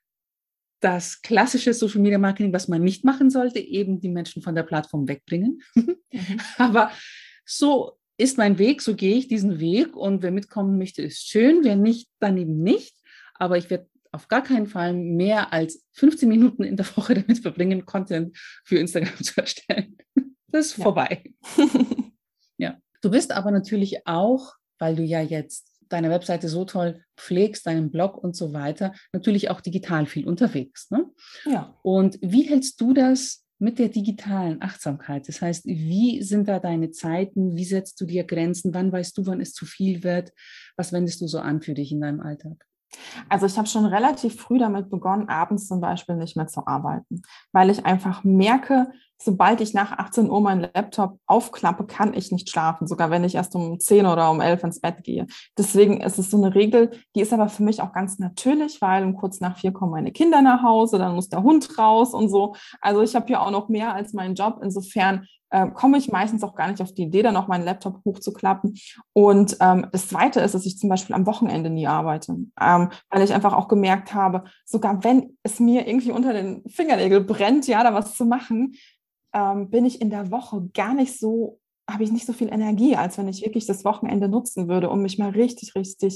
das klassische Social Media Marketing, was man nicht machen sollte, eben die Menschen von der Plattform wegbringen. Aber so ist mein Weg, so gehe ich diesen Weg, und wer mitkommen möchte, ist schön, wer nicht, dann eben nicht. Aber ich werde auf gar keinen Fall mehr als 15 Minuten in der Woche damit verbringen, Content für Instagram zu erstellen. Das ist vorbei. Ja. Du bist aber natürlich auch, weil du ja jetzt deine Webseite so toll pflegst, deinen Blog und so weiter, natürlich auch digital viel unterwegs. Ne? Ja. Und wie hältst du das mit der digitalen Achtsamkeit? Das heißt, wie sind da deine Zeiten? Wie setzt du dir Grenzen? Wann weißt du, wann es zu viel wird? Was wendest du so an für dich in deinem Alltag? Also ich habe schon relativ früh damit begonnen, abends zum Beispiel nicht mehr zu arbeiten, weil ich einfach merke, sobald ich nach 18 Uhr meinen Laptop aufklappe, kann ich nicht schlafen, sogar wenn ich erst um 10 oder um 11 ins Bett gehe. Deswegen ist es so eine Regel, die ist aber für mich auch ganz natürlich, weil um kurz nach 4 kommen meine Kinder nach Hause, dann muss der Hund raus und so. Also ich habe ja auch noch mehr als meinen Job. Insofern komme ich meistens auch gar nicht auf die Idee, dann auch meinen Laptop hochzuklappen. Und das Zweite ist, dass ich zum Beispiel am Wochenende nie arbeite, weil ich einfach auch gemerkt habe, sogar wenn es mir irgendwie unter den Fingernägeln brennt, ja, da was zu machen, bin ich in der Woche habe ich nicht so viel Energie, als wenn ich wirklich das Wochenende nutzen würde, um mich mal richtig, richtig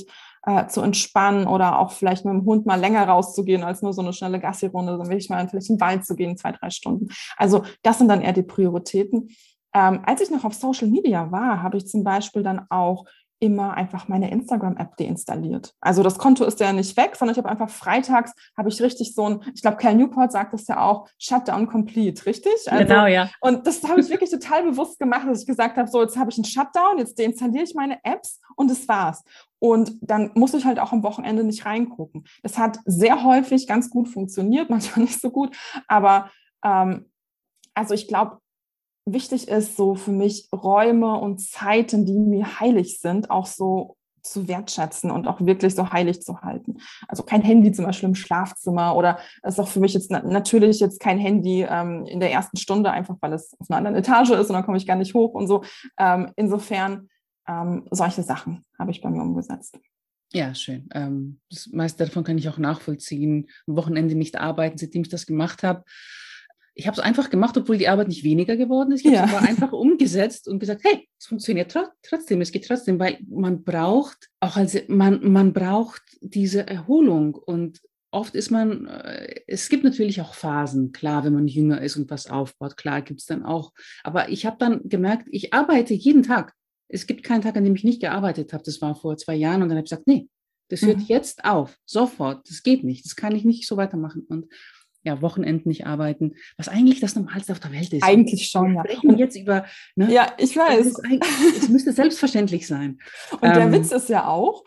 zu entspannen oder auch vielleicht mit dem Hund mal länger rauszugehen als nur so eine schnelle Gassi-Runde, sondern wirklich mal vielleicht in den Wald zu gehen, 2-3 Stunden. Also das sind dann eher die Prioritäten. Als ich noch auf Social Media war, habe ich zum Beispiel dann auch immer einfach meine Instagram-App deinstalliert. Also das Konto ist ja nicht weg, sondern ich habe einfach freitags, habe ich richtig so ein, ich glaube, Cal Newport sagt das ja auch, Shutdown complete, richtig? Also, genau, ja. Und das habe ich wirklich total bewusst gemacht, dass ich gesagt habe, so jetzt habe ich einen Shutdown, jetzt deinstalliere ich meine Apps und das war's. Und dann muss ich halt auch am Wochenende nicht reingucken. Das hat sehr häufig ganz gut funktioniert, manchmal nicht so gut, aber also ich glaube, wichtig ist so für mich Räume und Zeiten, die mir heilig sind, auch so zu wertschätzen und auch wirklich so heilig zu halten. Also kein Handy zum Beispiel im Schlafzimmer oder es ist auch für mich jetzt natürlich jetzt kein Handy in der ersten Stunde, einfach weil es auf einer anderen Etage ist und dann komme ich gar nicht hoch und so. Insofern solche Sachen habe ich bei mir umgesetzt. Ja, schön. Das meiste davon kann ich auch nachvollziehen. Am Wochenende nicht arbeiten, seitdem ich das gemacht habe. Ich habe es einfach gemacht, obwohl die Arbeit nicht weniger geworden ist. Ich habe es aber einfach umgesetzt und gesagt, hey, es funktioniert trotzdem, es geht trotzdem, weil man braucht auch, also man braucht diese Erholung und oft ist man, es gibt natürlich auch Phasen, klar, wenn man jünger ist und was aufbaut, klar gibt es dann auch, aber ich habe dann gemerkt, ich arbeite jeden Tag. Es gibt keinen Tag, an dem ich nicht gearbeitet habe. Das war vor 2 Jahren und dann habe ich gesagt, nee, das hört jetzt auf, sofort, das geht nicht, das kann ich nicht so weitermachen und ja, Wochenenden nicht arbeiten, was eigentlich das Normalste auf der Welt ist. Eigentlich schon, ja. Wir sprechen jetzt über, ne? Ja, ich weiß. Es müsste selbstverständlich sein. Und der Witz ist ja auch,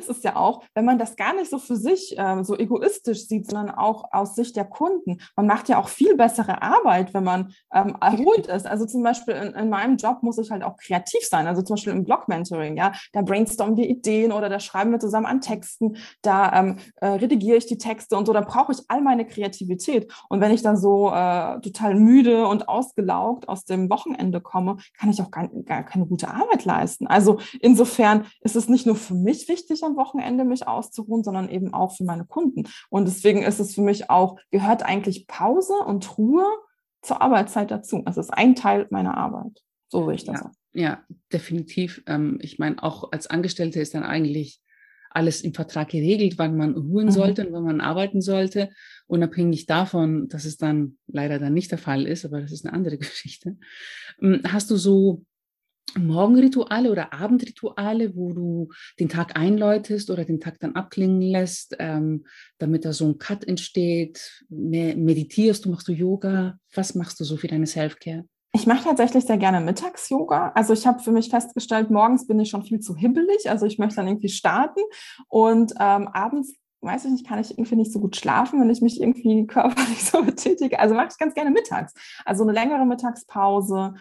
wenn man das gar nicht so für sich so egoistisch sieht, sondern auch aus Sicht der Kunden. Man macht ja auch viel bessere Arbeit, wenn man erholt ist. Also zum Beispiel in meinem Job muss ich halt auch kreativ sein. Also zum Beispiel im Blog-Mentoring, ja, da brainstormen wir Ideen oder da schreiben wir zusammen an Texten, da redigiere ich die Texte und so, da brauche ich all meine Kreativität. Und wenn ich dann so total müde und ausgelaugt aus dem Wochenende komme, kann ich auch gar keine gute Arbeit leisten. Also insofern ist es nicht nur für mich wichtig, am Wochenende mich auszuruhen, sondern eben auch für meine Kunden. Und deswegen ist es für mich auch, gehört eigentlich Pause und Ruhe zur Arbeitszeit dazu. Es ist ein Teil meiner Arbeit. So sehe ich das auch. Ja, definitiv. Ich meine, auch als Angestellte ist dann eigentlich alles im Vertrag geregelt, wann man ruhen sollte und wann man arbeiten sollte, unabhängig davon, dass es dann leider dann nicht der Fall ist, aber das ist eine andere Geschichte. Hast du so Morgenrituale oder Abendrituale, wo du den Tag einläutest oder den Tag dann abklingen lässt, damit da so ein Cut entsteht? Meditierst du, machst du Yoga? Was machst du so für deine Self-Care? Ich mache tatsächlich sehr gerne Mittags-Yoga. Also ich habe für mich festgestellt, morgens bin ich schon viel zu hibbelig. Also ich möchte dann irgendwie starten und abends, weiß ich nicht, kann ich irgendwie nicht so gut schlafen, wenn ich mich irgendwie körperlich so betätige. Also mache ich ganz gerne mittags. Also eine längere Mittagspause,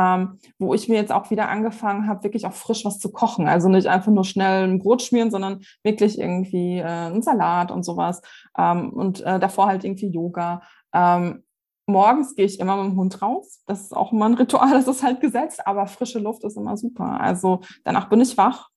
wo ich mir jetzt auch wieder angefangen habe, wirklich auch frisch was zu kochen. Also nicht einfach nur schnell ein Brot schmieren, sondern wirklich irgendwie einen Salat und sowas. Und davor halt irgendwie Yoga. Morgens gehe ich immer mit dem Hund raus. Das ist auch immer ein Ritual, das ist halt gesetzt, aber frische Luft ist immer super. Also danach bin ich wach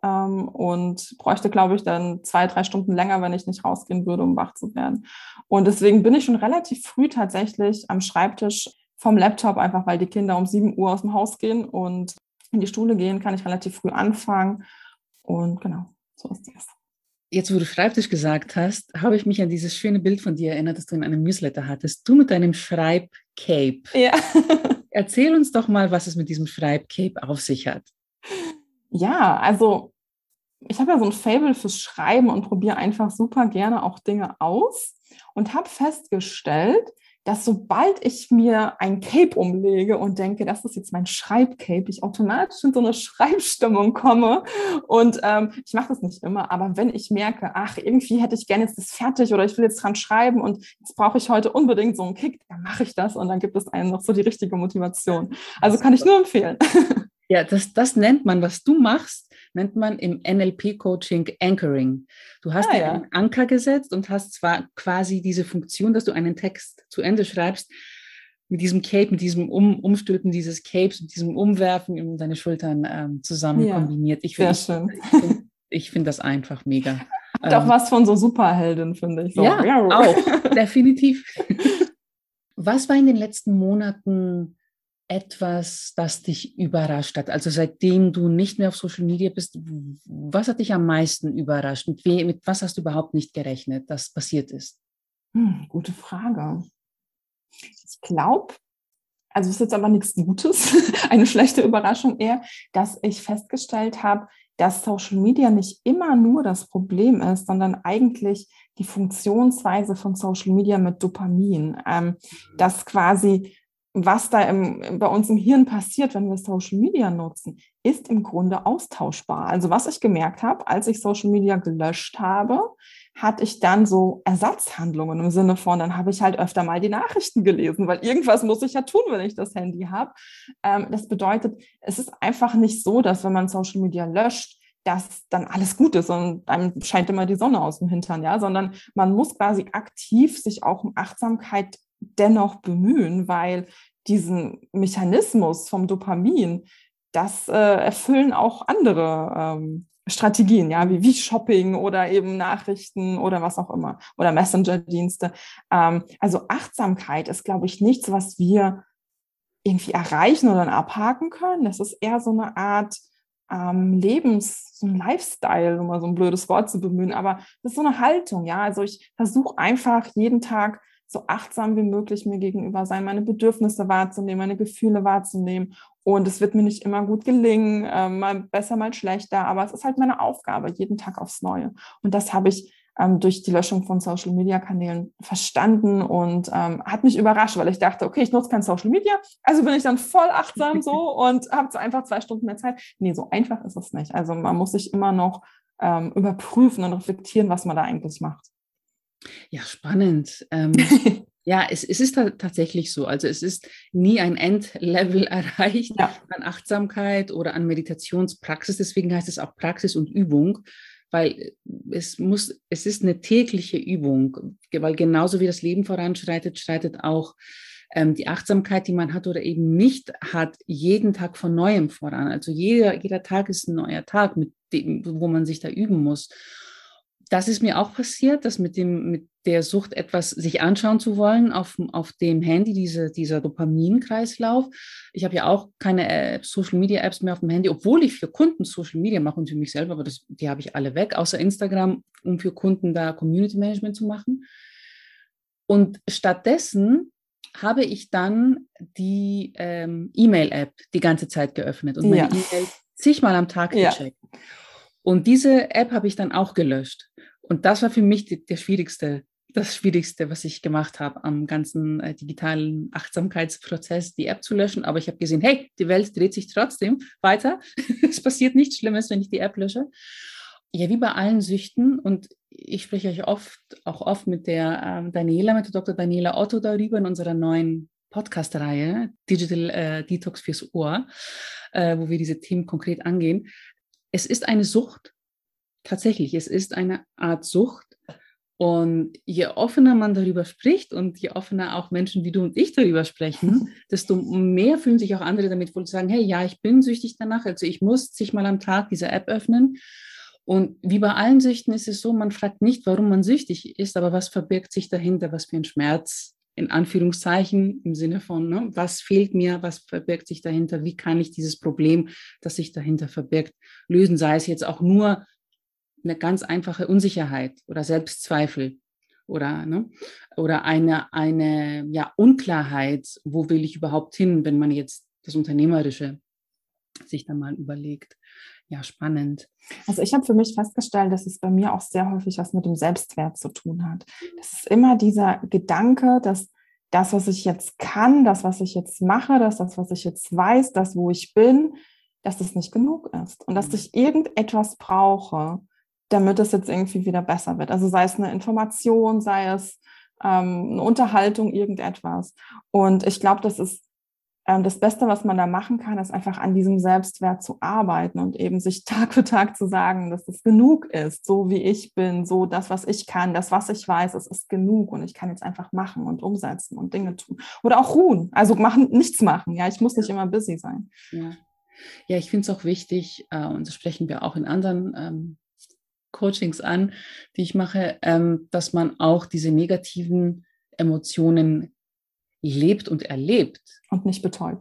und bräuchte, glaube ich, dann 2-3 Stunden länger, wenn ich nicht rausgehen würde, um wach zu werden. Und deswegen bin ich schon relativ früh tatsächlich am Schreibtisch vom Laptop, einfach weil die Kinder um 7 Uhr aus dem Haus gehen und in die Schule gehen, kann ich relativ früh anfangen. Und genau, so ist das. Jetzt, wo du Schreibtisch gesagt hast, habe ich mich an dieses schöne Bild von dir erinnert, das du in einem Newsletter hattest. Du mit deinem Schreibcape. Ja. Erzähl uns doch mal, was es mit diesem Schreibcape auf sich hat. Ja, also ich habe ja so ein Faible fürs Schreiben und probiere einfach super gerne auch Dinge aus und habe festgestellt, dass sobald ich mir ein Cape umlege und denke, das ist jetzt mein Schreibcape, ich automatisch in so eine Schreibstimmung komme. Und ich mache das nicht immer, aber wenn ich merke, ach, irgendwie hätte ich gerne jetzt das fertig oder ich will jetzt dran schreiben und jetzt brauche ich heute unbedingt so einen Kick, dann mache ich das und dann gibt es einem noch so die richtige Motivation. Also kann ich nur empfehlen. Ja, das nennt man, was du machst, nennt man im NLP-Coaching Anchoring. Du hast dir einen Anker gesetzt und hast zwar quasi diese Funktion, dass du einen Text zu Ende schreibst, mit diesem Cape, mit diesem Umstülpen dieses Capes, mit diesem Umwerfen um deine Schultern zusammen kombiniert. Ich finde das einfach mega. Hat auch was von so Superheldin, finde ich. So. Ja, auch, definitiv. Was war in den letzten Monaten etwas, das dich überrascht hat? Also seitdem du nicht mehr auf Social Media bist, was hat dich am meisten überrascht? Mit was hast du überhaupt nicht gerechnet, dass passiert ist? Gute Frage. Ich glaube, also es ist jetzt aber nichts Gutes, eine schlechte Überraschung eher, dass ich festgestellt habe, dass Social Media nicht immer nur das Problem ist, sondern eigentlich die Funktionsweise von Social Media mit Dopamin. Dass quasi, was da bei uns im Hirn passiert, wenn wir Social Media nutzen, ist im Grunde austauschbar. Also was ich gemerkt habe, als ich Social Media gelöscht habe, hatte ich dann so Ersatzhandlungen im Sinne von, dann habe ich halt öfter mal die Nachrichten gelesen, weil irgendwas muss ich ja tun, wenn ich das Handy habe. Das bedeutet, es ist einfach nicht so, dass wenn man Social Media löscht, dass dann alles gut ist und einem scheint immer die Sonne aus dem Hintern, ja, sondern man muss quasi aktiv sich auch um Achtsamkeit dennoch bemühen, weil diesen Mechanismus vom Dopamin, das erfüllen auch andere Strategien, ja, wie Shopping oder eben Nachrichten oder was auch immer oder Messenger-Dienste. Also Achtsamkeit ist, glaube ich, nichts, was wir irgendwie erreichen oder abhaken können. Das ist eher so eine Art so ein Lifestyle, um mal so ein blödes Wort zu bemühen, aber das ist so eine Haltung, ja. Also ich versuche einfach jeden Tag so achtsam wie möglich mir gegenüber sein, meine Bedürfnisse wahrzunehmen, meine Gefühle wahrzunehmen. Und es wird mir nicht immer gut gelingen, mal besser, mal schlechter, aber es ist halt meine Aufgabe, jeden Tag aufs Neue. Und das habe ich durch die Löschung von Social-Media-Kanälen verstanden und hat mich überrascht, weil ich dachte, okay, ich nutze kein Social Media, also bin ich dann voll achtsam so und habe so einfach 2 Stunden mehr Zeit. Nee, so einfach ist es nicht. Also man muss sich immer noch überprüfen und reflektieren, was man da eigentlich macht. Ja, spannend. Ja, es ist tatsächlich so. Also es ist nie ein Endlevel erreicht Ja. an Achtsamkeit oder an Meditationspraxis. Deswegen heißt es auch Praxis und Übung, weil es ist eine tägliche Übung, weil genauso wie das Leben voranschreitet, schreitet auch die Achtsamkeit, die man hat oder eben nicht hat, jeden Tag von Neuem voran. Also jeder Tag ist ein neuer Tag, wo man sich da üben muss. Das ist mir auch passiert, dass mit der Sucht etwas sich anschauen zu wollen auf dem Handy, dieser Dopaminkreislauf. Ich habe ja auch keine Social-Media-Apps mehr auf dem Handy, obwohl ich für Kunden Social Media mache und für mich selber, aber die habe ich alle weg, außer Instagram, um für Kunden da Community Management zu machen. Und stattdessen habe ich dann die E-Mail-App die ganze Zeit geöffnet und meine E-Mail zigmal am Tag gecheckt. Und diese App habe ich dann auch gelöscht. Und das war für mich das Schwierigste, was ich gemacht habe am ganzen digitalen Achtsamkeitsprozess, die App zu löschen. Aber ich habe gesehen, hey, die Welt dreht sich trotzdem weiter. Es passiert nichts Schlimmes, wenn ich die App lösche. Ja, wie bei allen Süchten. Und ich spreche euch auch oft mit der mit der Dr. Daniela Otto darüber in unserer neuen Podcast-Reihe, Digital Detox fürs Ohr, wo wir diese Themen konkret angehen. Es ist eine Sucht. Tatsächlich, es ist eine Art Sucht. Und je offener man darüber spricht und je offener auch Menschen wie du und ich darüber sprechen, desto mehr fühlen sich auch andere damit wohl zu sagen, hey, ja, ich bin süchtig danach, also ich muss zigmal am Tag diese App öffnen. Und wie bei allen Süchten ist es so, man fragt nicht, warum man süchtig ist, aber was verbirgt sich dahinter, was für ein Schmerz, in Anführungszeichen, im Sinne von, ne, was fehlt mir, was verbirgt sich dahinter, wie kann ich dieses Problem, das sich dahinter verbirgt, lösen, sei es jetzt auch nur eine ganz einfache Unsicherheit oder Selbstzweifel oder eine ja, Unklarheit, wo will ich überhaupt hin, wenn man jetzt das Unternehmerische sich dann mal überlegt. Ja, spannend. Also ich habe für mich festgestellt, dass es bei mir auch sehr häufig was mit dem Selbstwert zu tun hat. Das ist immer dieser Gedanke, dass das, was ich jetzt kann, das, was ich jetzt mache, das, was ich jetzt weiß, das, wo ich bin, dass das nicht genug ist und dass ich irgendetwas brauche, damit es jetzt irgendwie wieder besser wird. Also sei es eine Information, sei es eine Unterhaltung, irgendetwas. Und ich glaube, das ist das Beste, was man da machen kann, ist einfach an diesem Selbstwert zu arbeiten und eben sich Tag für Tag zu sagen, dass es genug ist, so wie ich bin, so das, was ich kann, das, was ich weiß, es ist genug und ich kann jetzt einfach machen und umsetzen und Dinge tun. Oder auch ruhen, also nichts machen. Ja, ich muss nicht immer busy sein. Ja, ich finde es auch wichtig, und das sprechen wir auch in anderen Coachings an, die ich mache, dass man auch diese negativen Emotionen lebt und erlebt. Und nicht betäubt.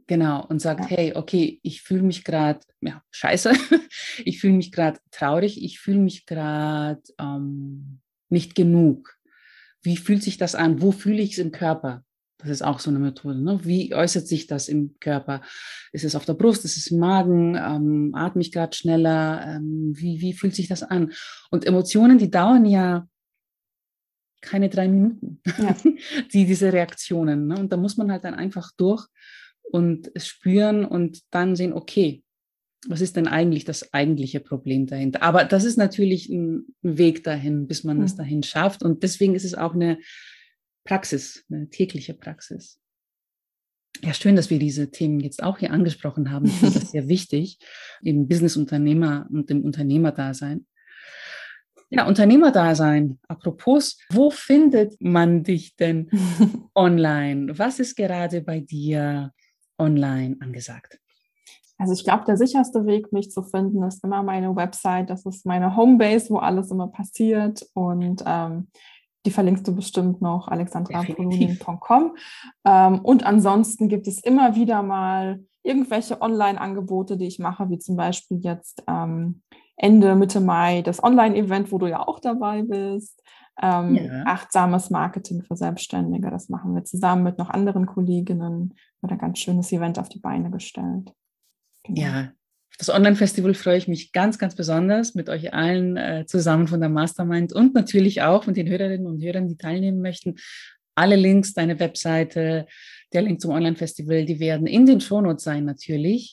Genau, und sagt, hey, okay, ich fühle mich gerade, scheiße, ich fühle mich gerade traurig, ich fühle mich gerade nicht genug. Wie fühlt sich das an? Wo fühle ich es im Körper? Das ist auch so eine Methode. Ne? Wie äußert sich das im Körper? Ist es auf der Brust? Ist es im Magen? Atme ich gerade schneller? Wie fühlt sich das an? Und Emotionen, die dauern ja keine 3 Minuten, diese Reaktionen. Ne? Und da muss man halt dann einfach durch und es spüren und dann sehen, okay, was ist denn eigentlich das eigentliche Problem dahinter? Aber das ist natürlich ein Weg dahin, bis man es dahin schafft. Und deswegen ist es auch eine Praxis, eine tägliche Praxis. Ja, schön, dass wir diese Themen jetzt auch hier angesprochen haben. Ich finde das sehr wichtig im Business-Unternehmer und im Unternehmerdasein. Ja, Unternehmerdasein. Apropos, wo findet man dich denn online? Was ist gerade bei dir online angesagt? Also ich glaube, der sicherste Weg, mich zu finden, ist immer meine Website. Das ist meine Homebase, wo alles immer passiert. Und die verlinkst du bestimmt noch, alexandrapolunin.com. Und ansonsten gibt es immer wieder mal irgendwelche Online-Angebote, die ich mache, wie zum Beispiel jetzt Ende, Mitte Mai das Online-Event, wo du ja auch dabei bist. Achtsames Marketing für Selbstständige. Das machen wir zusammen mit noch anderen Kolleginnen. Wird ein ganz schönes Event auf die Beine gestellt. Genau. Ja, das Online-Festival freue ich mich ganz, ganz besonders mit euch allen zusammen von der Mastermind und natürlich auch mit den Hörerinnen und Hörern, die teilnehmen möchten. Alle Links, deine Webseite, der Link zum Online-Festival, die werden in den Shownotes sein natürlich.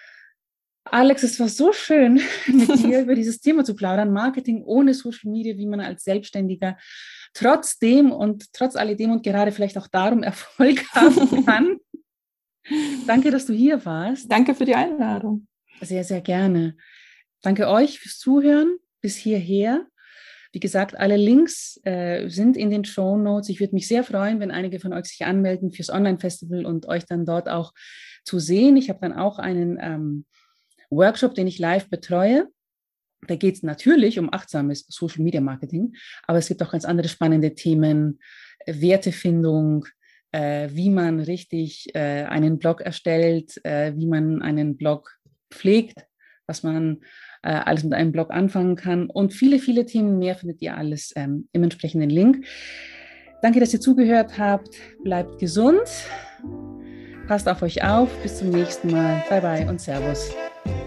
Alex, es war so schön, mit dir über dieses Thema zu plaudern. Marketing ohne Social Media, wie man als Selbstständiger trotzdem und trotz alledem und gerade vielleicht auch darum Erfolg haben kann. Danke, dass du hier warst. Danke für die Einladung. Sehr, sehr gerne. Danke euch fürs Zuhören bis hierher. Wie gesagt, alle Links sind in den Shownotes. Ich würde mich sehr freuen, wenn einige von euch sich anmelden fürs Online-Festival und euch dann dort auch zu sehen. Ich habe dann auch einen Workshop, den ich live betreue. Da geht es natürlich um achtsames Social-Media-Marketing, aber es gibt auch ganz andere spannende Themen, Wertefindung, wie man richtig einen Blog erstellt, wie man einen Blog pflegt, was man alles mit einem Blog anfangen kann und viele, viele Themen mehr findet ihr alles im entsprechenden Link. Danke, dass ihr zugehört habt. Bleibt gesund. Passt auf euch auf. Bis zum nächsten Mal. Bye, bye und Servus.